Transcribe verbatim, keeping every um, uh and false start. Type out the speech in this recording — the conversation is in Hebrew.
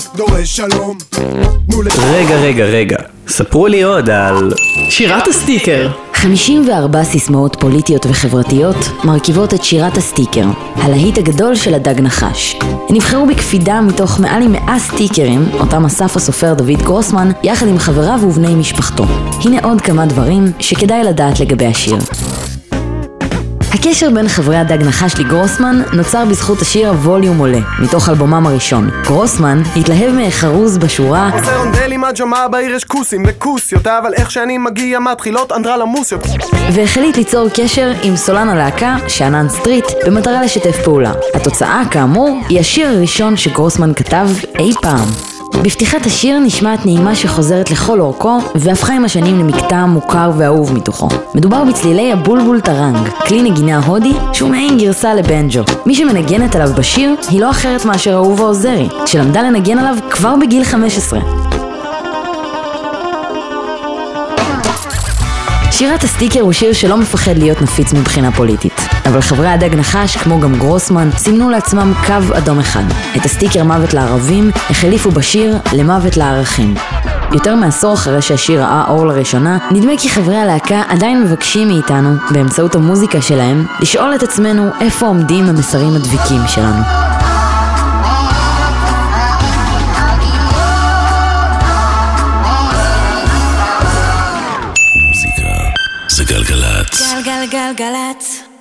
דורש שלום. רגע, רגע, רגע. ספרו לי עוד על שירת הסטיקר. חמישים וארבע סיסמאות פוליטיות וחברתיות מרכיבות את שירת הסטיקר, הלהיט הגדול של הדג נחש. הם נבחרו בקפידה מתוך מעל מאה סטיקרים, אותם אסף הסופר דוד גרוסמן, יחד עם חבריו ובני משפחתו. הנה עוד כמה דברים שכדאי לדעת לגבי השיר. הקשר בין חברי הדג נחש לגרוסמן נוצר בזכות השיר הווליום עולה, מתוך אלבומם הראשון. גרוסמן התלהב מהחרוז בשורה עושה רונדלי מג'מה בעיר יש כוסים וכוסיות, אבל איך שאני מגיע מתחילות אנדרלמוסיות, והחליט ליצור קשר עם סולן הלהקה שאנן סטריט במטרה לשתף פעולה. התוצאה כאמור היא השיר הראשון שגרוסמן כתב אי פעם. בפתיחת השיר נשמעת נעימה שחוזרת לכל אורכו והפכה עם השנים למקטע מוכר ואהוב מתוכו. מדובר בצלילי הבולבול טרנג, כלי נגינה הודי שהוא מעין גרסה לבנג'ו. מי שמנגנת עליו בשיר היא לא אחרת מאשר אהובה עוזרי, שלמדה לנגן עליו כבר בגיל חמש עשרה. שירת הסטיקר הוא שיר שלא מפחד להיות נפיץ מבחינה פוליטית, אבל חברי הדג נחש, כמו גם גרוסמן, סימנו לעצמם קו אדום אחד. את הסטיקר מוות לערבים החליפו בשיר למוות לערכים. יותר מעשור אחרי שהשיר ראה אור לראשונה, נדמה כי חברי הלהקה עדיין מבקשים מאיתנו, באמצעות המוזיקה שלהם, לשאול את עצמנו איפה עומדים המסרים הדביקים שלנו. זה גלגלצ. גלגל גלגלצ.